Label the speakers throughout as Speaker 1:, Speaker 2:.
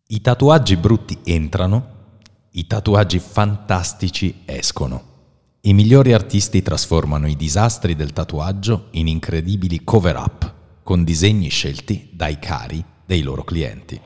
Speaker 1: I tatuaggi brutti entrano, i tatuaggi fantastici escono. I migliori artisti trasformano i disastri del tatuaggio in incredibili cover-up, con disegni scelti dai cari dei loro clienti.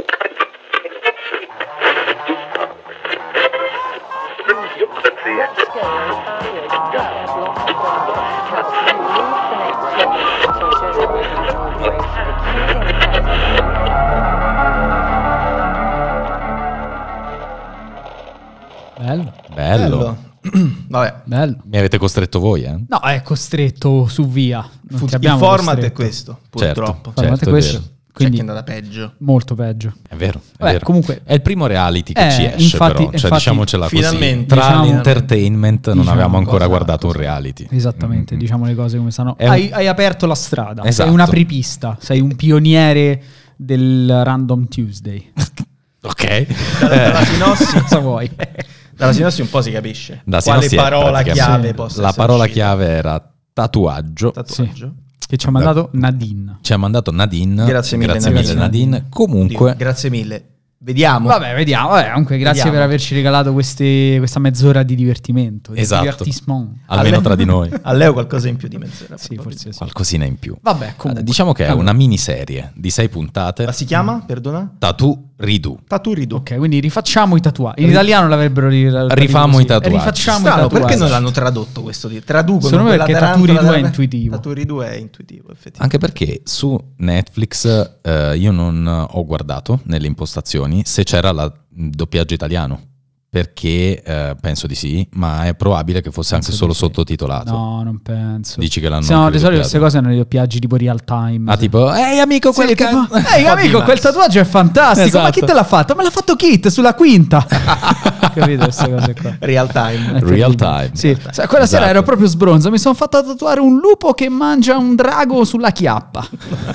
Speaker 1: Bello.
Speaker 2: Vabbè,
Speaker 3: bello.
Speaker 1: Mi avete costretto voi, eh?
Speaker 3: No, è costretto su via. Non ti
Speaker 2: il
Speaker 3: abbiamo
Speaker 2: format
Speaker 3: costretto.
Speaker 2: è questo, purtroppo.
Speaker 1: Certo,
Speaker 3: Format è questo.
Speaker 1: è vero.
Speaker 3: Quindi
Speaker 2: C'è chi è andata peggio.
Speaker 3: molto peggio.
Speaker 1: È vero, è
Speaker 3: Vabbè,
Speaker 1: vero.
Speaker 3: comunque
Speaker 1: È il primo reality che ci esce,
Speaker 3: infatti,
Speaker 1: però. Cioè, diciamocela così.
Speaker 2: finalmente,
Speaker 1: Tra
Speaker 3: diciamo-
Speaker 1: l'entertainment non
Speaker 3: diciamo
Speaker 1: avevamo ancora
Speaker 2: cosa-
Speaker 1: guardato un reality.
Speaker 3: Esattamente, diciamo le cose come stanno.
Speaker 1: È un-
Speaker 3: Hai aperto la strada,
Speaker 1: Esatto.
Speaker 3: sei un apripista, sei un pioniere del Random Tuesday.
Speaker 1: Ok.
Speaker 2: Dalla sinossi,
Speaker 3: Cosa vuoi?
Speaker 2: dalla sinossi un po' si capisce
Speaker 1: Da
Speaker 2: quale
Speaker 1: sinossi è
Speaker 2: parola
Speaker 1: praticamente-
Speaker 2: chiave
Speaker 3: Sì.
Speaker 2: possa
Speaker 1: La
Speaker 2: essere
Speaker 1: parola
Speaker 2: uscita.
Speaker 1: chiave era tatuaggio.
Speaker 2: Tatuaggio.
Speaker 3: Che ci ha mandato Nadine.
Speaker 1: Ci ha mandato Nadine.
Speaker 2: Grazie mille,
Speaker 1: Nadine.
Speaker 2: Nadine.
Speaker 1: Comunque,
Speaker 2: Dio, grazie mille. Vediamo.
Speaker 3: Vabbè, vediamo. Vabbè, comunque, grazie
Speaker 2: Vediamo.
Speaker 3: per averci regalato questa mezz'ora di divertimento. Di
Speaker 1: Esatto.
Speaker 3: divertissement.
Speaker 1: almeno tra di noi,
Speaker 2: A Leo qualcosa in più di mezz'ora.
Speaker 3: Sì, forse sì.
Speaker 1: qualcosina in più.
Speaker 3: Vabbè, comunque.
Speaker 1: Diciamo che è
Speaker 3: Allora.
Speaker 1: una miniserie di 6 puntate.
Speaker 2: Ma si chiama? Perdona?
Speaker 1: Tatu Ridu.
Speaker 2: Tatu Ridu.
Speaker 3: Ok, quindi rifacciamo i tatuaggi. In italiano l'avrebbero
Speaker 1: Rifamo i tatuaggi.
Speaker 3: Rifacciamo
Speaker 2: Strano,
Speaker 3: i tatuaggi.
Speaker 2: perché non l'hanno tradotto questo? Traducono
Speaker 3: Secondo me
Speaker 2: quella
Speaker 3: perché
Speaker 2: tarantola
Speaker 3: Tatu Ridu è
Speaker 2: della-
Speaker 3: intuitivo.
Speaker 2: Tatu Ridu è intuitivo, effettivamente.
Speaker 1: Anche perché su Netflix io non ho guardato nelle impostazioni se c'era la doppiaggio italiano, perché penso di sì, ma è probabile che fosse
Speaker 3: Penso
Speaker 1: anche solo
Speaker 3: di sì.
Speaker 1: sottotitolato.
Speaker 3: No, non penso.
Speaker 1: Dici che l'hanno
Speaker 3: Sì, no,
Speaker 1: anche
Speaker 3: di solito queste
Speaker 1: ridoppiato?
Speaker 3: cose hanno i doppiaggi tipo real time.
Speaker 1: Ah, tipo, ehi amico,
Speaker 3: Sì,
Speaker 1: quel
Speaker 3: tipo,
Speaker 1: ca-
Speaker 3: ehi amico, quel tatuaggio è fantastico. Ma
Speaker 1: Esatto.
Speaker 3: chi te l'ha fatto? Me l'ha fatto Kit sulla quinta. Capito queste cose qua?
Speaker 2: Real time.
Speaker 1: Real time.
Speaker 3: Sì, sai, quella sera
Speaker 1: Esatto.
Speaker 3: ero proprio sbronzo. Mi sono fatto tatuare un lupo che mangia un drago sulla chiappa.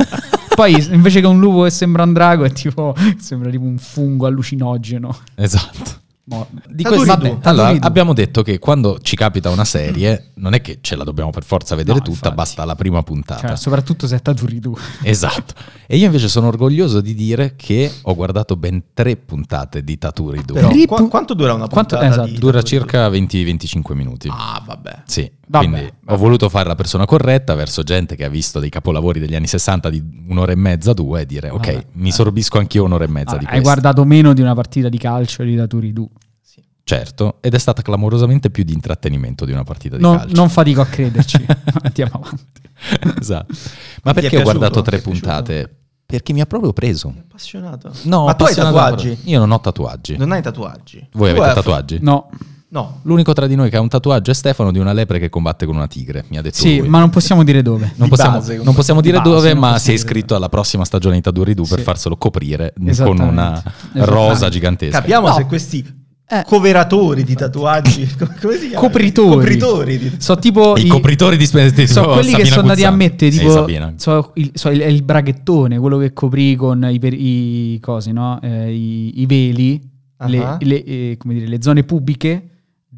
Speaker 3: Poi invece che un lupo che sembra un drago è tipo sembra tipo un fungo allucinogeno.
Speaker 1: Esatto. Di
Speaker 2: Tatu
Speaker 1: questo,
Speaker 2: Ridu.
Speaker 1: allora,
Speaker 3: Tatu Ridu.
Speaker 1: abbiamo detto che quando ci capita una serie non è che ce la dobbiamo per forza vedere
Speaker 3: No,
Speaker 1: tutta,
Speaker 3: infatti.
Speaker 1: basta la prima puntata.
Speaker 3: Cioè, soprattutto se è Tatu Ridu.
Speaker 1: Esatto. E io invece sono orgoglioso di dire che ho guardato ben 3 puntate di Tatu Ridu.
Speaker 2: Però,
Speaker 3: Ripu-
Speaker 2: quanto dura una
Speaker 3: Quanto-
Speaker 2: puntata
Speaker 3: esatto.
Speaker 2: di
Speaker 1: Dura
Speaker 2: Tatu Ridu?
Speaker 1: circa 20-25 minuti.
Speaker 2: Ah, vabbè.
Speaker 1: Sì,
Speaker 3: Vabbè,
Speaker 1: quindi ho voluto fare la persona corretta verso gente che ha visto dei capolavori degli anni 60 di 1 ora e mezza, 2 e dire ok,
Speaker 3: Vabbè.
Speaker 1: mi sorbisco anch'io 1 ora e mezza di
Speaker 3: Hai
Speaker 1: questo.
Speaker 3: guardato meno di una partita di calcio di Tatu Ridu.
Speaker 1: Certo, ed è stata clamorosamente più di intrattenimento di una partita di
Speaker 3: Non,
Speaker 1: calcio.
Speaker 3: non fatico a crederci. Andiamo avanti.
Speaker 1: Esatto. Ma
Speaker 2: Ti è
Speaker 1: perché ho guardato
Speaker 2: piaciuto?
Speaker 1: 3
Speaker 2: Ti è piaciuto?
Speaker 1: puntate? Perché mi ha proprio preso.
Speaker 2: Appassionato.
Speaker 1: No,
Speaker 2: Ma tu hai
Speaker 1: appassionato
Speaker 2: tatuaggi?
Speaker 1: proprio. Io non ho tatuaggi.
Speaker 2: Non hai tatuaggi?
Speaker 1: Voi
Speaker 2: Tu
Speaker 1: avete
Speaker 2: hai-
Speaker 1: tatuaggi?
Speaker 3: No.
Speaker 2: No.
Speaker 1: L'unico tra di noi che ha un tatuaggio è Stefano di una lepre che combatte con una tigre, mi ha detto
Speaker 3: Sì,
Speaker 1: lui.
Speaker 3: ma non possiamo dire dove.
Speaker 1: Non
Speaker 2: Di
Speaker 1: possiamo,
Speaker 2: base,
Speaker 1: non possiamo dire
Speaker 3: Di base,
Speaker 1: dove,
Speaker 3: non
Speaker 1: ma
Speaker 3: possiamo
Speaker 1: si è
Speaker 3: dire
Speaker 1: iscritto alla prossima stagione di Tatu Ridu per
Speaker 3: Sì.
Speaker 1: farselo coprire con
Speaker 3: Esattamente.
Speaker 1: una
Speaker 3: Esattamente.
Speaker 1: rosa gigantesca.
Speaker 2: Capiamo
Speaker 3: No.
Speaker 2: se questi coveratori di tatuaggi, come si chiama?
Speaker 3: Copritori.
Speaker 2: Copritori di
Speaker 3: So tipo
Speaker 1: I copritori di spese
Speaker 3: so quelli che sono andati a mettere tipo
Speaker 1: Sabina.
Speaker 3: il braghettone, quello che coprì con i cosi, no? I veli,
Speaker 2: Ah.
Speaker 3: come dire, le zone pubbliche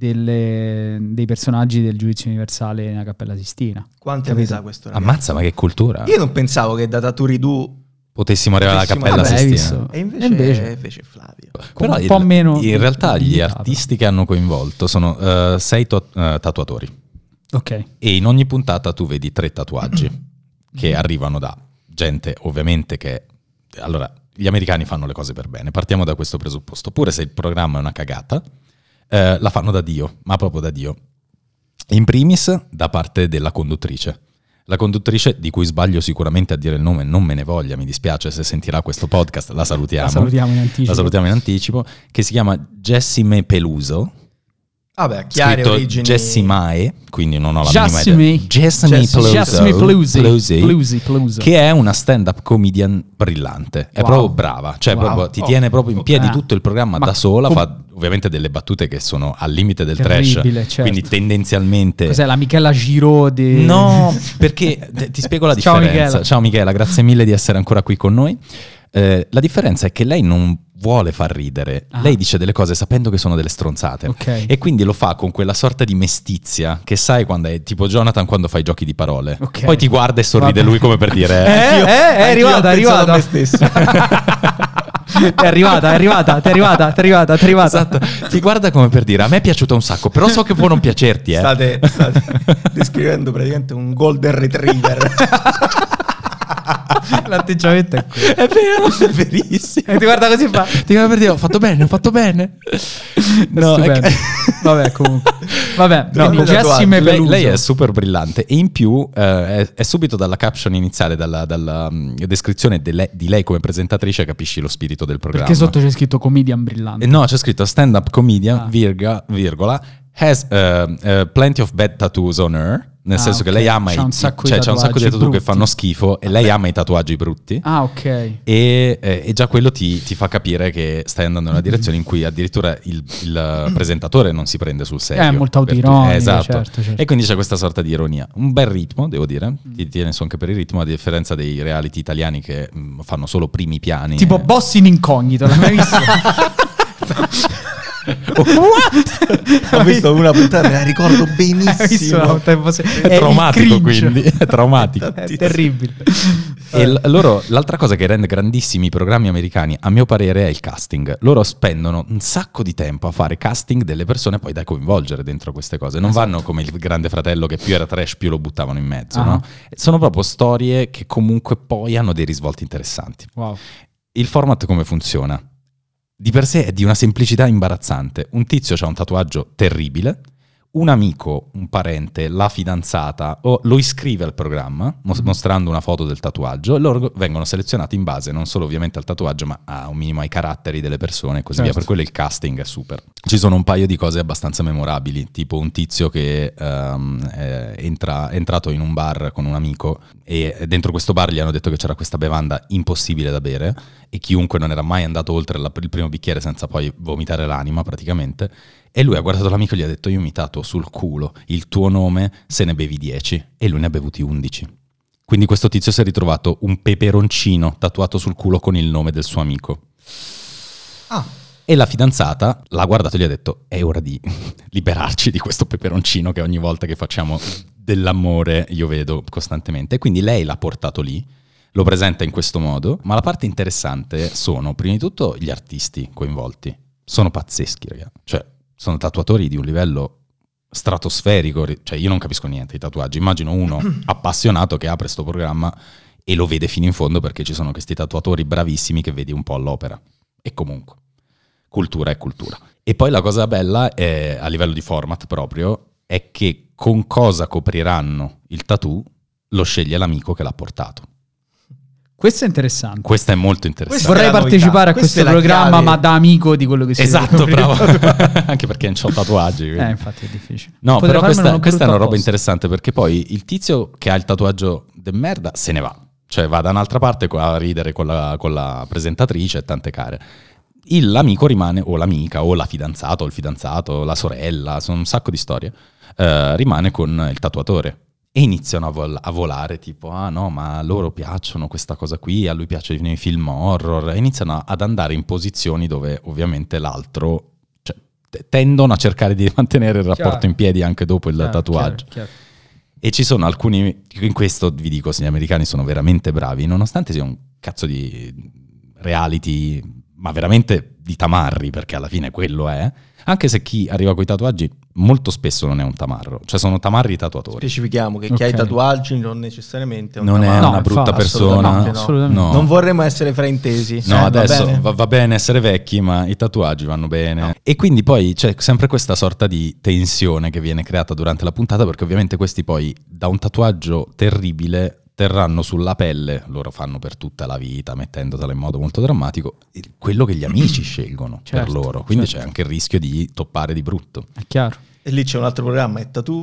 Speaker 3: dei personaggi del Giudizio Universale nella Cappella Sistina.
Speaker 2: Quanti anni sa questo ragazzo?
Speaker 1: Ammazza, ma che cultura.
Speaker 2: Io non pensavo che da Tatu Ridu
Speaker 1: Potessimo arrivare alla
Speaker 2: Potessimo-
Speaker 1: Cappella
Speaker 3: Vabbè, hai
Speaker 1: Sistina.
Speaker 3: visto?
Speaker 2: e
Speaker 3: invece-
Speaker 2: invece Flavio.
Speaker 1: Però
Speaker 3: un po' meno
Speaker 1: in realtà gli
Speaker 3: limitato.
Speaker 1: artisti che hanno coinvolto sono 6 tatuatori.
Speaker 3: Ok.
Speaker 1: E in ogni puntata tu vedi 3 tatuaggi che arrivano da gente ovviamente che... Allora, gli americani fanno le cose per bene, partiamo da questo presupposto. Pure se il programma è una cagata, la fanno da Dio, ma proprio da Dio. In primis da parte della conduttrice. La conduttrice, di cui sbaglio sicuramente a dire il nome, non me ne voglia, mi dispiace se sentirà questo podcast, la salutiamo.
Speaker 3: La salutiamo in anticipo.
Speaker 1: La salutiamo in anticipo, che si chiama Jessime Peluso.
Speaker 2: Vabbè, chiare
Speaker 1: Scritto
Speaker 2: origini.
Speaker 1: Jessimae, quindi non ho la minima
Speaker 3: Jessime.
Speaker 1: idea. Jessime
Speaker 3: Pelusi.
Speaker 1: che è una stand-up comedian brillante. È
Speaker 3: Wow.
Speaker 1: proprio brava, cioè
Speaker 2: Wow.
Speaker 1: proprio, ti tiene proprio in piedi
Speaker 3: Ok.
Speaker 1: tutto il programma
Speaker 3: Ma
Speaker 1: da sola,
Speaker 3: com-
Speaker 1: fa ovviamente delle battute che sono al limite del
Speaker 3: Terribile,
Speaker 1: trash,
Speaker 3: certo.
Speaker 1: quindi tendenzialmente...
Speaker 3: Cos'è la Michela Giraud di...
Speaker 1: No, perché ti spiego la
Speaker 3: Ciao,
Speaker 1: differenza.
Speaker 3: Michela.
Speaker 1: Ciao Michela, grazie mille di essere ancora qui con noi. La differenza è che lei non vuole far ridere,
Speaker 3: Ah.
Speaker 1: lei dice delle cose sapendo che sono delle stronzate,
Speaker 3: Ok.
Speaker 1: e quindi lo fa con quella sorta di mestizia che sai quando è tipo Jonathan quando fa i giochi di parole,
Speaker 3: Ok.
Speaker 1: poi ti guarda e sorride
Speaker 3: Vabbè.
Speaker 1: lui come per dire
Speaker 3: è
Speaker 2: Anch'io
Speaker 3: arrivata,
Speaker 2: ho
Speaker 3: è
Speaker 2: pensato
Speaker 3: arrivata.
Speaker 2: a me stesso.
Speaker 3: È arrivata.
Speaker 1: Esatto. Ti guarda come per dire: a me è piaciuta un sacco, però so che può non piacerti.
Speaker 2: State descrivendo praticamente un golden retriever.
Speaker 3: L'atteggiamento è quello.
Speaker 1: È vero, è verissimo.
Speaker 3: E ti guarda così e fa.
Speaker 1: Ti guarda per dire: ho fatto bene. No,
Speaker 3: Stupendo. Vabbè, comunque. Vabbè,
Speaker 2: No,
Speaker 3: quindi Jessim e Peluso.
Speaker 1: lei è super brillante e in più è subito dalla caption iniziale, dalla descrizione di lei come presentatrice capisci lo spirito del programma.
Speaker 3: Perché sotto c'è scritto comedian brillante.
Speaker 1: No, c'è scritto stand-up comedian, virgola, has plenty of bad tattoos on her, nel senso che
Speaker 3: ok.
Speaker 1: lei ama
Speaker 3: C'ha un sacco di
Speaker 1: c'è un sacco di
Speaker 3: tatuaggi
Speaker 1: tattoo che
Speaker 3: brutti.
Speaker 1: fanno schifo e lei ama i tatuaggi brutti.
Speaker 3: Ah, ok.
Speaker 1: E già quello ti fa capire che stai andando in una direzione in cui addirittura il presentatore non si prende sul serio.
Speaker 3: È molto
Speaker 1: per
Speaker 3: autoironico,
Speaker 1: esatto.
Speaker 3: certo.
Speaker 1: E quindi c'è questa sorta di ironia. Un bel ritmo, devo dire. Ti tiene su anche per il ritmo, a differenza dei reality italiani che fanno solo primi piani.
Speaker 3: Tipo Boss in incognito, l'hai mai visto?
Speaker 2: Ho visto una puntata, me la ricordo
Speaker 3: Hai visto?
Speaker 2: benissimo.
Speaker 1: È traumatico, quindi è traumatico.
Speaker 3: È terribile.
Speaker 1: E l'altra cosa che rende grandissimi i programmi americani, a mio parere, è il casting. Loro spendono un sacco di tempo a fare casting delle persone poi da coinvolgere dentro queste cose. Non vanno come il Grande Fratello che più era trash più lo buttavano in mezzo, no? Sono proprio storie che comunque poi hanno dei risvolti interessanti.
Speaker 3: Wow.
Speaker 1: Il format come funziona? Di per sé è di una semplicità imbarazzante. Un tizio ha un tatuaggio terribile, un amico, un parente, la fidanzata lo iscrive al programma mostrando una foto del tatuaggio e loro vengono selezionati in base non solo ovviamente al tatuaggio ma a un minimo ai caratteri delle persone e così via. Per quello il casting è super. Ci sono un paio di cose abbastanza memorabili, tipo un tizio che è entrato in un bar con un amico e dentro questo bar gli hanno detto che c'era questa bevanda impossibile da bere e chiunque non era mai andato oltre il primo bicchiere senza poi vomitare l'anima praticamente. E lui ha guardato l'amico e gli ha detto: io mi tatuo sul culo il tuo nome se ne bevi 10, e lui ne ha bevuti 11. Quindi questo tizio si è ritrovato un peperoncino tatuato sul culo con il nome del suo amico. E la fidanzata l'ha guardato e gli ha detto: è ora di liberarci di questo peperoncino che ogni volta che facciamo dell'amore io vedo costantemente. E quindi lei l'ha portato lì, lo presenta in questo modo, ma la parte interessante sono prima di tutto gli artisti coinvolti. Sono pazzeschi, ragazzi. Cioè, sono tatuatori di un livello stratosferico, cioè io non capisco niente di tatuaggi, immagino uno appassionato che apre sto programma e lo vede fino in fondo perché ci sono questi tatuatori bravissimi che vedi un po' all'opera. E comunque, cultura è cultura. E poi la cosa bella è, a livello di format proprio, è che con cosa copriranno il tattoo lo sceglie l'amico che l'ha portato.
Speaker 3: Questo è interessante.
Speaker 1: Questo è molto interessante.
Speaker 2: Questa è
Speaker 3: Vorrei
Speaker 2: la
Speaker 3: partecipare
Speaker 2: novità.
Speaker 3: a questo
Speaker 2: Questa è la
Speaker 3: programma,
Speaker 2: chiave.
Speaker 3: ma da amico di quello che si
Speaker 1: Esatto,
Speaker 3: deve
Speaker 1: bravo.
Speaker 3: coprire.
Speaker 1: Anche perché non c'ho tatuaggi. quindi.
Speaker 3: Infatti è difficile.
Speaker 1: No,
Speaker 3: Potrei
Speaker 1: però
Speaker 3: farmelo
Speaker 1: questa è una roba
Speaker 3: apposta.
Speaker 1: interessante perché poi il tizio che ha il tatuaggio de merda se ne va. Cioè va da un'altra parte a ridere con la presentatrice e tante care. L'amico rimane, o l'amica, o la fidanzata, o il fidanzato, la sorella, sono un sacco di storie, rimane con il tatuatore. E iniziano a volare tipo, ah no, ma a loro piacciono questa cosa qui, a lui piace nei film horror, e iniziano ad andare in posizioni dove ovviamente l'altro, cioè, tendono a cercare di mantenere il rapporto
Speaker 3: Chiaro.
Speaker 1: in piedi anche dopo il tatuaggio.
Speaker 3: Chiaro.
Speaker 1: E ci sono alcuni, in questo vi dico, se gli americani sono veramente bravi, nonostante sia un cazzo di reality, ma veramente di tamarri, perché alla fine quello è, anche se chi arriva con i tatuaggi molto spesso non è un tamarro, cioè sono tamarri tatuatori.
Speaker 2: Specifichiamo che chi ha i
Speaker 3: Ok.
Speaker 2: tatuaggi non necessariamente è un
Speaker 1: Non è
Speaker 2: tamarro.
Speaker 3: No,
Speaker 1: una brutta
Speaker 3: infatti,
Speaker 1: persona.
Speaker 2: assolutamente no.
Speaker 3: Assolutamente.
Speaker 1: No.
Speaker 2: Non vorremmo essere fraintesi.
Speaker 1: No,
Speaker 2: Va
Speaker 1: adesso
Speaker 2: bene?
Speaker 1: va bene essere vecchi, ma i tatuaggi vanno bene. E quindi poi c'è sempre questa sorta di tensione che viene creata durante la puntata, perché ovviamente questi poi da un tatuaggio terribile terranno sulla pelle, loro fanno per tutta la vita, mettendotela in modo molto drammatico, quello che gli amici scelgono per
Speaker 3: Certo,
Speaker 1: loro. Quindi
Speaker 3: certo.
Speaker 1: c'è anche il rischio di toppare di brutto.
Speaker 3: È chiaro.
Speaker 2: E lì c'è un altro programma, è Tattoo.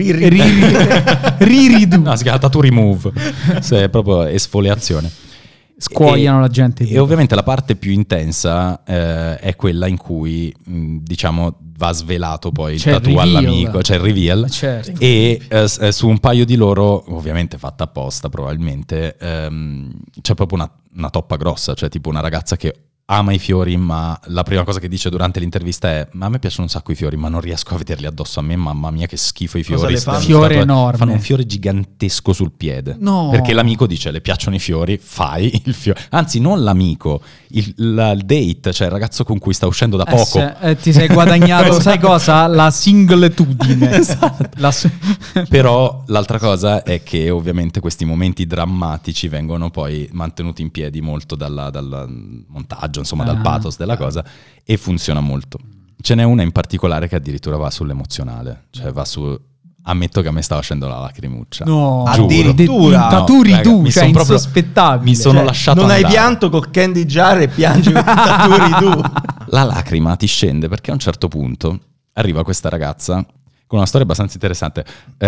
Speaker 3: Riridu.
Speaker 1: No, si chiama tattoo remove, se è proprio esfoliazione.
Speaker 3: Scuoiano la gente.
Speaker 1: E ovviamente la parte più intensa è quella in cui diciamo va svelato poi il
Speaker 3: C'è il
Speaker 1: tattoo
Speaker 3: reveal.
Speaker 1: all'amico, c'è il reveal.
Speaker 3: Certo.
Speaker 1: E su un paio di loro, ovviamente fatta apposta probabilmente, c'è proprio una toppa grossa, cioè tipo una ragazza che ama i fiori, ma la prima cosa che dice durante l'intervista è: ma a me piacciono un sacco i fiori, ma non riesco a vederli addosso a me, mamma mia che schifo i
Speaker 2: Cosa
Speaker 1: fiori.
Speaker 2: le fa?
Speaker 3: Fiore enorme.
Speaker 1: Fanno un fiore gigantesco sul piede.
Speaker 3: No.
Speaker 1: Perché l'amico dice: le piacciono i fiori, fai il fiore. Anzi, non l'amico, il date, cioè il ragazzo con cui sta uscendo da poco.
Speaker 3: Ti sei guadagnato, sai cosa? La singletudine.
Speaker 1: Esatto. Però l'altra cosa è che ovviamente questi momenti drammatici vengono poi mantenuti in piedi molto dal montaggio, insomma dal pathos della cosa, e funziona molto. Ce n'è una in particolare che addirittura va sull'emozionale, cioè va su... Ammetto che a me stava facendo la lacrimuccia.
Speaker 3: No,
Speaker 1: Giuro.
Speaker 2: addirittura.
Speaker 3: Taturi
Speaker 1: raga,
Speaker 3: tu,
Speaker 1: mi
Speaker 3: cioè
Speaker 1: son proprio-
Speaker 3: insospettabile.
Speaker 1: mi sono
Speaker 2: Cioè,
Speaker 1: lasciato
Speaker 2: non hai
Speaker 1: andare.
Speaker 2: pianto col candy jar e piangi con i taturi tu.
Speaker 1: La lacrima ti scende perché a un certo punto arriva questa ragazza con una storia abbastanza interessante.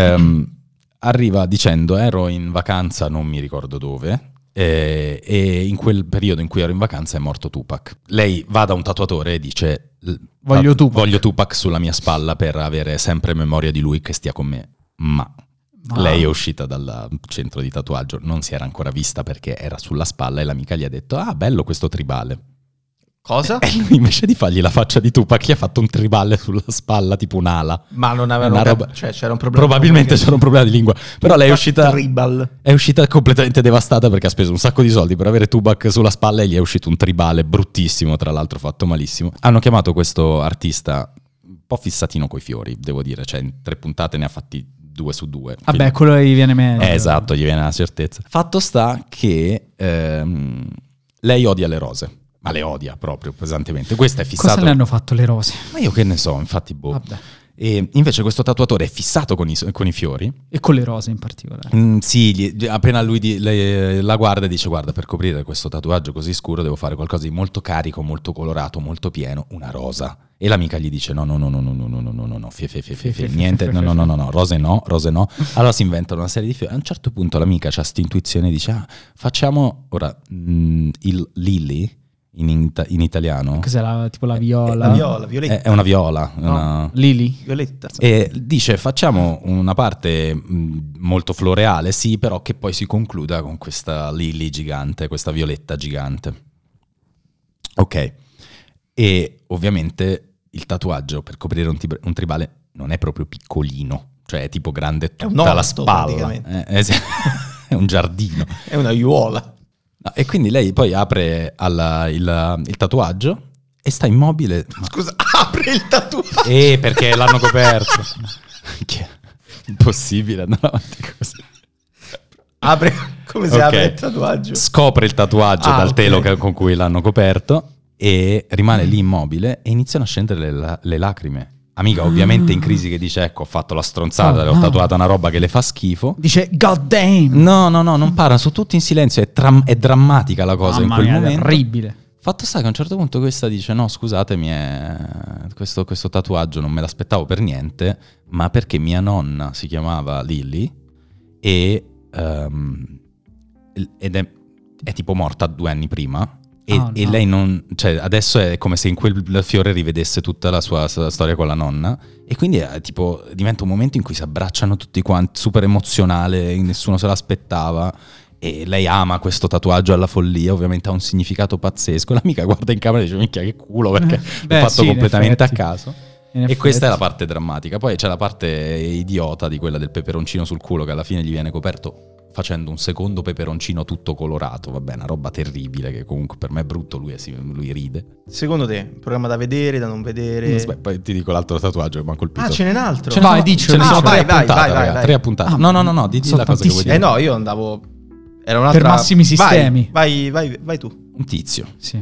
Speaker 1: Arriva dicendo: ero in vacanza, non mi ricordo dove, e in quel periodo in cui ero in vacanza è morto Tupac. Lei va da un tatuatore e dice:
Speaker 3: Voglio Tupac.
Speaker 1: voglio Tupac sulla mia spalla per avere sempre memoria di lui che stia con me. Ma lei è uscita dal centro di tatuaggio, non si era ancora vista perché era sulla spalla, e l'amica gli ha detto: ah, bello questo tribale.
Speaker 2: Cosa?
Speaker 1: E lui invece di fargli la faccia di Tupac gli ha fatto un tribale sulla spalla, tipo un'ala.
Speaker 2: Ma non avevano
Speaker 1: Una roba-
Speaker 2: cioè c'era un problema.
Speaker 1: Probabilmente c'era un problema di lingua. Però lei è uscita completamente devastata perché ha speso un sacco di soldi per avere Tupac sulla spalla e gli è uscito un tribale bruttissimo, tra l'altro fatto malissimo. Hanno chiamato questo artista un po' fissatino coi fiori, devo dire. Cioè in 3 puntate ne ha fatti 2 su 2.
Speaker 3: Vabbè, quello gli viene meglio.
Speaker 1: Esatto, gli viene la certezza. Fatto sta che lei odia le rose. Ma le odia proprio pesantemente. Questo è fissato.
Speaker 3: Cosa le hanno fatto le rose?
Speaker 1: Ma io che ne so, infatti, boh.
Speaker 3: Vabbè.
Speaker 1: E invece questo tatuatore è fissato con i fiori.
Speaker 3: E con le rose in particolare.
Speaker 1: Sì, appena lui la guarda e dice: guarda, per coprire questo tatuaggio così scuro devo fare qualcosa di molto carico, molto colorato, molto pieno, una rosa. E l'amica gli dice: no, niente, no, rose no. Allora si inventano una serie di fiori. A un certo punto l'amica ha questa intuizione e dice: facciamo ora il lily in italiano.
Speaker 3: Cos'è tipo la viola?
Speaker 2: La viola, violetta.
Speaker 1: È una viola.
Speaker 2: No.
Speaker 1: Una...
Speaker 3: Lily?
Speaker 2: Violetta.
Speaker 1: E dice: facciamo una parte molto floreale, sì, però che poi si concluda con questa lily gigante, questa violetta gigante. Ok. E ovviamente il tatuaggio per coprire un tribale non è proprio piccolino, cioè è tipo grande tutta
Speaker 2: un
Speaker 1: la
Speaker 2: orto,
Speaker 1: spalla. È un giardino.
Speaker 2: È una aiuola.
Speaker 1: No, e quindi lei poi apre il tatuaggio e sta immobile.
Speaker 2: Scusa, apre il tatuaggio.
Speaker 1: Perché l'hanno coperto. Impossibile andare avanti così.
Speaker 2: Apre come si
Speaker 1: Ok.
Speaker 2: apre il tatuaggio?
Speaker 1: Scopre il tatuaggio dal
Speaker 2: ok.
Speaker 1: telo con cui l'hanno coperto e rimane lì immobile e iniziano a scendere le lacrime. Amica ovviamente in crisi che dice: ecco, ho fatto la stronzata,
Speaker 3: Oh,
Speaker 1: ho
Speaker 3: no.
Speaker 1: tatuata una roba che le fa schifo.
Speaker 3: Dice God damn.
Speaker 1: No, non parla, sono tutti in silenzio, è drammatica la cosa in
Speaker 3: Mamma
Speaker 1: quel
Speaker 3: mia,
Speaker 1: momento.
Speaker 3: terribile.
Speaker 1: Fatto sta che a un certo punto questa dice: no, scusatemi, questo tatuaggio non me l'aspettavo per niente, ma perché mia nonna si chiamava Lily ed è tipo morta 2 anni prima. E
Speaker 3: no.
Speaker 1: lei non, cioè adesso è come se in quel fiore rivedesse tutta la sua storia con la nonna, e quindi tipo diventa un momento in cui si abbracciano tutti quanti, super emozionale, nessuno se l'aspettava, e lei ama questo tatuaggio alla follia, ovviamente ha un significato pazzesco. L'amica guarda in camera e dice: minchia che culo, perché
Speaker 3: Beh,
Speaker 1: l'ho fatto
Speaker 3: sì, in
Speaker 1: completamente
Speaker 3: effetti.
Speaker 1: a caso.
Speaker 3: In
Speaker 1: E questa è la
Speaker 3: effetti.
Speaker 1: parte drammatica. Poi c'è la parte idiota di quella del peperoncino sul culo, che alla fine gli viene coperto facendo un secondo peperoncino tutto colorato. Vabbè, una roba terribile che comunque per me è brutto, lui ride.
Speaker 2: Secondo te, programma da vedere, da non vedere?
Speaker 1: Aspetta, poi ti dico l'altro tatuaggio che mi ha colpito.
Speaker 2: Ah, ce n'è un altro.
Speaker 1: Ce ne
Speaker 3: Vai,
Speaker 1: sono-
Speaker 3: diccelo,
Speaker 1: ce ne sono
Speaker 2: diccelo.
Speaker 1: 3 a
Speaker 2: Vai,
Speaker 1: puntata,
Speaker 2: vai,
Speaker 1: raga,
Speaker 2: vai.
Speaker 1: 3 a puntata.
Speaker 3: Ah,
Speaker 1: No, di
Speaker 3: sono
Speaker 1: la cosa che vuoi dire.
Speaker 2: No, io andavo... Era un'altra...
Speaker 3: Per massimi sistemi.
Speaker 2: Vai tu.
Speaker 1: Un tizio,
Speaker 3: Sì.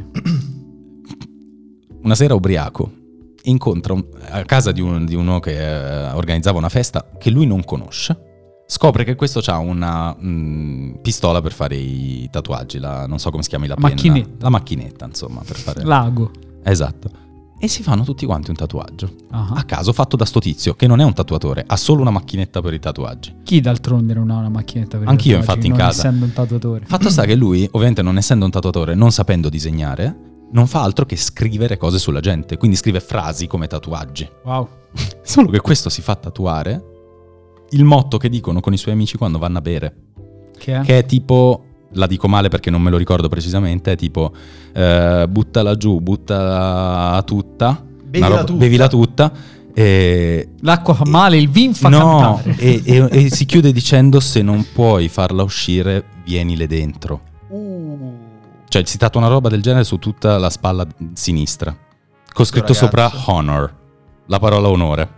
Speaker 1: una sera ubriaco, incontra a casa di uno che organizzava una festa che lui non conosce. Scopre che questo ha una pistola per fare i tatuaggi, non so come si chiami la penna.
Speaker 3: Macchinetta.
Speaker 1: La macchinetta, insomma, per fare...
Speaker 3: Lago.
Speaker 1: Esatto. E si fanno tutti quanti un tatuaggio.
Speaker 3: Ah.
Speaker 1: A caso fatto da sto tizio, che non è un tatuatore, ha solo una macchinetta per i tatuaggi.
Speaker 3: Chi d'altronde non ha una macchinetta per i
Speaker 1: Anch'io,
Speaker 3: tatuaggi,
Speaker 1: infatti, in
Speaker 3: non
Speaker 1: casa.
Speaker 3: essendo un tatuatore.
Speaker 1: Fatto sta che lui, ovviamente non essendo un tatuatore, non sapendo disegnare, non fa altro che scrivere cose sulla gente. Quindi scrive frasi come tatuaggi.
Speaker 3: Wow.
Speaker 1: Solo che questo si fa tatuare il motto che dicono con i suoi amici quando vanno a bere,
Speaker 3: Che è?
Speaker 1: che è tipo la dico male perché non me lo ricordo precisamente, è tipo buttala giù, buttala tutta, bevila tutta.
Speaker 3: L'acqua fa male, il vin fa
Speaker 1: no,
Speaker 3: cantare.
Speaker 1: e si chiude dicendo: se non puoi farla uscire, vienile dentro. Cioè si tatua una roba del genere su tutta la spalla sinistra, con scritto sopra honor, la parola onore.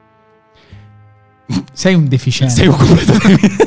Speaker 3: Sei un deficiente.
Speaker 1: Sei un completamente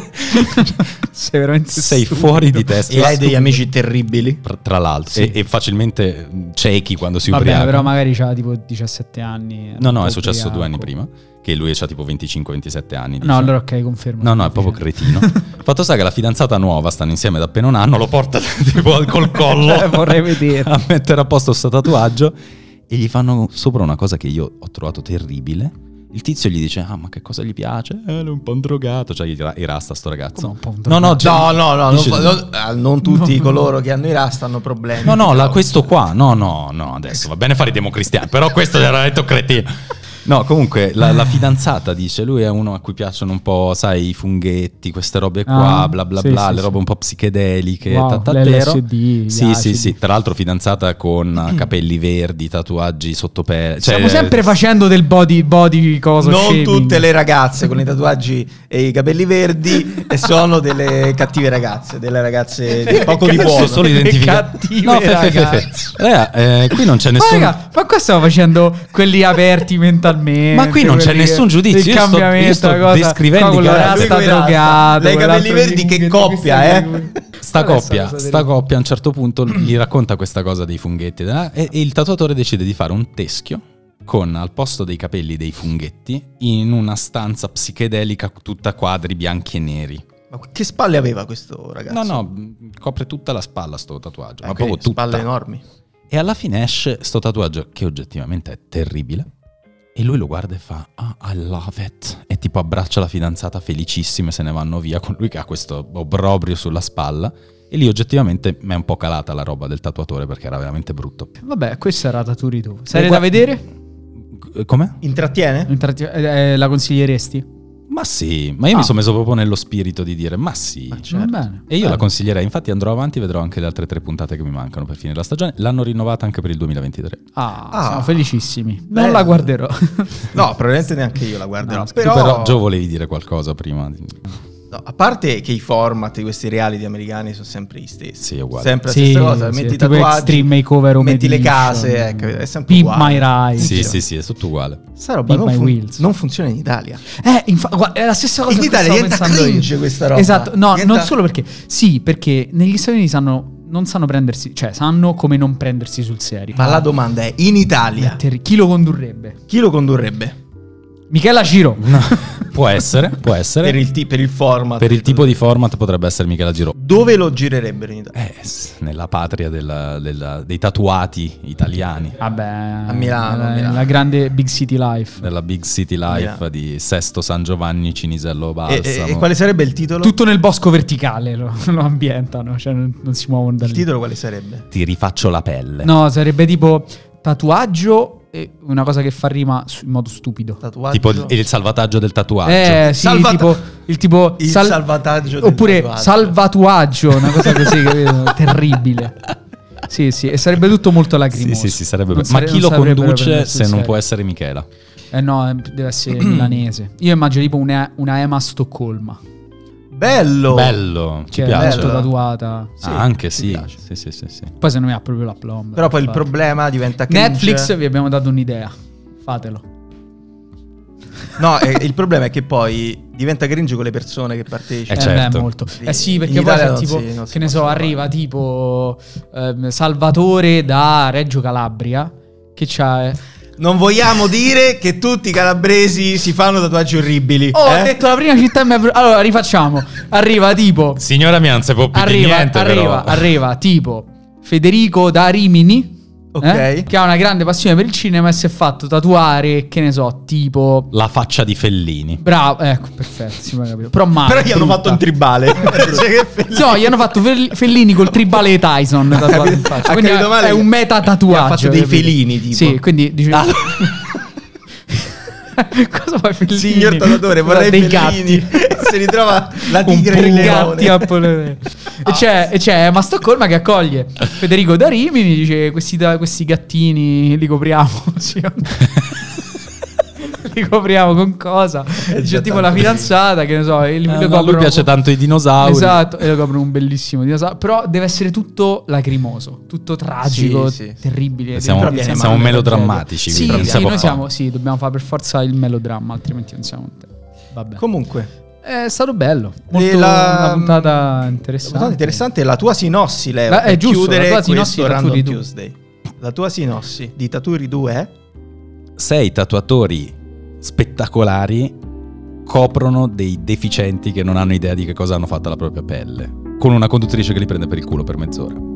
Speaker 3: sei veramente
Speaker 1: sei
Speaker 3: stupido.
Speaker 1: fuori di testa.
Speaker 2: E hai degli amici terribili.
Speaker 1: Tra l'altro,
Speaker 3: Sì.
Speaker 1: e facilmente ciechi quando si
Speaker 3: Vabbè,
Speaker 1: ubriaca.
Speaker 3: però magari c'ha tipo 17 anni.
Speaker 1: No, è successo
Speaker 3: ubriaco.
Speaker 1: 2 anni prima, che lui ha tipo 25-27 anni.
Speaker 3: No,
Speaker 1: dice.
Speaker 3: allora ok, confermo.
Speaker 1: No, è proprio cretino. Fatto sta che la fidanzata nuova, stanno insieme da appena un anno, lo porta tipo col collo
Speaker 3: Vorrei vedere.
Speaker 1: a mettere a posto sto tatuaggio e gli fanno sopra una cosa che io ho trovato terribile. Il tizio gli dice: ma che cosa gli piace? È un po' un drogato. Cioè i rasta sto ragazzo.
Speaker 3: Come un po' un
Speaker 1: No,
Speaker 3: drogato?
Speaker 1: cioè,
Speaker 2: non tutti coloro che hanno i rasta hanno problemi.
Speaker 1: questo qua. No, adesso va bene fare i democristiani, però questo era detto cretino. No, comunque la fidanzata dice: lui è uno a cui piacciono un po', sai, i funghetti, queste robe qua, bla bla
Speaker 3: sì,
Speaker 1: bla,
Speaker 3: sì,
Speaker 1: le
Speaker 3: sì.
Speaker 1: robe un po' psichedeliche,
Speaker 3: Wow,
Speaker 1: tattatero.
Speaker 3: l'LSD, gli
Speaker 1: Sì,
Speaker 3: acidi.
Speaker 1: tra l'altro fidanzata con capelli verdi, tatuaggi sotto pelle. Cioè,
Speaker 3: Stiamo sempre facendo del body cosa
Speaker 2: Non
Speaker 3: shaming.
Speaker 2: tutte le ragazze con i tatuaggi e i capelli verdi sono delle cattive ragazze, delle ragazze di poco di buono.
Speaker 1: solo identificate.
Speaker 3: cattive
Speaker 1: No,
Speaker 3: ragazze.
Speaker 1: qui non c'è
Speaker 3: Ma
Speaker 1: nessun.
Speaker 3: raga, ma qua stiamo facendo quelli aperti mentalmente.
Speaker 1: Ma qui non c'è
Speaker 3: quelli
Speaker 1: nessun giudizio,
Speaker 3: il
Speaker 1: io sto
Speaker 3: cambiamento, la cosa,
Speaker 1: descrivendo
Speaker 3: qua con
Speaker 1: i
Speaker 3: la
Speaker 1: caratteri.
Speaker 3: rasta
Speaker 2: Lui coi rasta.
Speaker 3: drogato.
Speaker 2: Lei capelli
Speaker 3: quell'altro
Speaker 2: verdi,
Speaker 3: di
Speaker 2: che
Speaker 3: funghetti,
Speaker 2: coppia,
Speaker 3: questi-
Speaker 1: Sta
Speaker 3: Qual è
Speaker 1: coppia
Speaker 3: cosa
Speaker 1: a un certo punto gli racconta questa cosa dei funghetti e il tatuatore decide di fare un teschio con al posto dei capelli dei funghetti in una stanza psichedelica tutta quadri bianchi e neri.
Speaker 2: Ma che spalle aveva questo ragazzo?
Speaker 1: No, copre tutta la spalla sto tatuaggio, ma
Speaker 2: Ok,
Speaker 1: proprio tutta.
Speaker 2: spalle enormi.
Speaker 1: E alla fine esce sto tatuaggio che oggettivamente è terribile e lui lo guarda e fa: I love it, e tipo abbraccia la fidanzata felicissima e se ne vanno via con lui che ha questo obbrobrio sulla spalla. E lì oggettivamente mi è un po' calata la roba del tatuatore perché era veramente brutto.
Speaker 3: Vabbè, questa era Taturi tu. Serie da vedere?
Speaker 1: Come?
Speaker 2: Intrattiene?
Speaker 3: La consiglieresti?
Speaker 1: Ma sì, ma io mi sono messo proprio nello spirito di dire ma sì.
Speaker 3: Va bene.
Speaker 1: E io la consiglierei, infatti andrò avanti e vedrò anche le altre 3 puntate che mi mancano per finire la stagione. L'hanno rinnovata anche per il 2023.
Speaker 3: Siamo felicissimi. Non
Speaker 2: Bello.
Speaker 3: la guarderò.
Speaker 2: No, probabilmente neanche io la guarderò.
Speaker 3: No,
Speaker 1: Tu però Gio volevi dire qualcosa prima.
Speaker 2: No, a parte che i format di questi reality americani sono sempre gli stessi.
Speaker 1: Sì, è uguale.
Speaker 2: Sempre la stessa cosa, metti i
Speaker 3: tipo
Speaker 2: tatuaggi,
Speaker 3: Extreme Makeover o
Speaker 2: metti le
Speaker 3: Medition,
Speaker 2: case, ecco, è sempre
Speaker 3: Pimp
Speaker 2: uguale.
Speaker 3: My Ride.
Speaker 1: Sì, è tutto uguale.
Speaker 2: Sta roba
Speaker 3: Pimp My Wheels.
Speaker 2: non funziona in Italia.
Speaker 3: Guarda, è la stessa cosa
Speaker 2: In
Speaker 3: che
Speaker 2: Italia
Speaker 3: stavo
Speaker 2: diventa
Speaker 3: pensando
Speaker 2: cringe
Speaker 3: io.
Speaker 2: questa roba.
Speaker 3: Esatto, no,
Speaker 2: Diventa-
Speaker 3: non solo perché perché negli Stati Uniti non sanno prendersi, cioè sanno come non prendersi sul serio.
Speaker 2: Ma la domanda è, in Italia,
Speaker 3: Chi lo condurrebbe?
Speaker 2: chi lo condurrebbe?
Speaker 3: Michela Ciro.
Speaker 1: Può essere.
Speaker 2: Per il format.
Speaker 1: Per il tipo di format potrebbe essere Michela Giro.
Speaker 2: Dove lo girerebbero in Italia?
Speaker 1: Nella patria dei tatuati italiani.
Speaker 3: Vabbè,
Speaker 2: A Milano.
Speaker 3: la grande Big City Life.
Speaker 1: Nella Big City Life
Speaker 2: Milano.
Speaker 1: di Sesto San Giovanni Cinisello Balsamo.
Speaker 2: E quale sarebbe il titolo?
Speaker 3: Tutto nel bosco verticale lo ambientano, cioè non si muovono da
Speaker 2: Il
Speaker 3: lì.
Speaker 2: titolo quale sarebbe?
Speaker 1: Ti rifaccio la pelle.
Speaker 3: No, sarebbe tipo tatuaggio e una cosa che fa rima in modo stupido.
Speaker 2: Tatuaggio.
Speaker 1: Tipo il salvataggio del tatuaggio.
Speaker 3: Sì, tipo
Speaker 2: Il salvataggio del
Speaker 3: oppure
Speaker 2: tatuaggio.
Speaker 3: salvatuaggio, una cosa così, capito? Terribile. Sì, e sarebbe tutto molto lacrimoso.
Speaker 1: Sì, sarebbe.
Speaker 3: Non
Speaker 1: Ma
Speaker 3: sare-
Speaker 1: chi
Speaker 3: non
Speaker 1: lo
Speaker 3: sarebbero
Speaker 1: conduce
Speaker 3: prendersi
Speaker 1: se
Speaker 3: sul
Speaker 1: non
Speaker 3: serio.
Speaker 1: può essere Michela?
Speaker 3: No, deve essere milanese. Io immagino tipo una Ema a Stoccolma,
Speaker 1: Bello, ci
Speaker 3: che è
Speaker 1: piace.
Speaker 3: molto tatuata.
Speaker 2: Sì,
Speaker 1: Anche
Speaker 2: mi
Speaker 1: sì.
Speaker 2: piace.
Speaker 1: Sì.
Speaker 3: Poi secondo me ha proprio l'aplomb.
Speaker 2: Però poi il
Speaker 3: Infatti.
Speaker 2: problema diventa cringe.
Speaker 3: Netflix vi abbiamo dato un'idea. Fatelo.
Speaker 2: No, il problema è che poi diventa cringe con le persone che partecipano.
Speaker 1: certo.
Speaker 3: Beh, molto.
Speaker 2: Sì.
Speaker 3: Sì, perché
Speaker 2: In
Speaker 3: poi
Speaker 2: Italia
Speaker 3: c'è
Speaker 2: non
Speaker 3: tipo,
Speaker 2: si- non si
Speaker 3: che ne so,
Speaker 2: possono
Speaker 3: arriva tipo Salvatore da Reggio Calabria, che c'ha...
Speaker 2: Non vogliamo dire che tutti i calabresi si fanno tatuaggi orribili.
Speaker 3: Ho detto la prima città allora rifacciamo. Arriva tipo
Speaker 1: Signora mia, non si può più di niente, però.
Speaker 3: arriva tipo Federico da Rimini,
Speaker 2: Ok.
Speaker 3: che ha una grande passione per il cinema e si è fatto tatuare, che ne so, tipo
Speaker 1: La faccia di Fellini.
Speaker 3: bravo, ecco, perfetto, si può capire. Però male,
Speaker 2: Però gli hanno
Speaker 3: brutta.
Speaker 2: fatto un tribale. Cioè, che felice.
Speaker 3: No, gli hanno fatto Fellini col tribale di Tyson tatuato in faccia.
Speaker 2: Ha
Speaker 3: Quindi
Speaker 2: capito male
Speaker 3: è un
Speaker 2: che-
Speaker 3: meta
Speaker 2: Ha
Speaker 3: tatuaggio.
Speaker 2: fatto dei
Speaker 3: capito?
Speaker 2: felini, tipo.
Speaker 3: Sì, quindi dice cosa fai Fellini?
Speaker 2: Signor tatuatore, vorrei
Speaker 3: Dei
Speaker 2: Fellini.
Speaker 3: gatti.
Speaker 2: Si ritrova la
Speaker 3: Un
Speaker 2: tigre e il
Speaker 3: gatti
Speaker 2: leone.
Speaker 3: a polare. E c'è Emma Stoccolma che accoglie Federico da Rimini, dice questi gattini li copriamo. Sì. Li copriamo con cosa? Dice tipo la fidanzata, che ne so,
Speaker 1: a lui piace tanto i dinosauri.
Speaker 3: Esatto, e lo coprono un bellissimo dinosauro. Però deve essere tutto lacrimoso, tutto tragico,
Speaker 2: Sì.
Speaker 3: terribile.
Speaker 1: Siamo melodrammatici.
Speaker 3: Sì,
Speaker 1: quindi non si può fare.
Speaker 3: dobbiamo fare per forza il melodramma, altrimenti non siamo te. Vabbè.
Speaker 2: Comunque,
Speaker 3: È stato bello, una puntata interessante.
Speaker 2: Una puntata interessante. La tua sinossi, Leo,
Speaker 3: È
Speaker 2: per
Speaker 3: giusto,
Speaker 2: chiudere
Speaker 3: la tua sinossi
Speaker 2: questo Random
Speaker 3: Taturi
Speaker 2: Tuesday. La tua sinossi di Taturi 2 è?
Speaker 1: 6 tatuatori spettacolari coprono dei deficienti che non hanno idea di che cosa hanno fatto alla propria pelle, con una conduttrice che li prende per il culo per mezz'ora.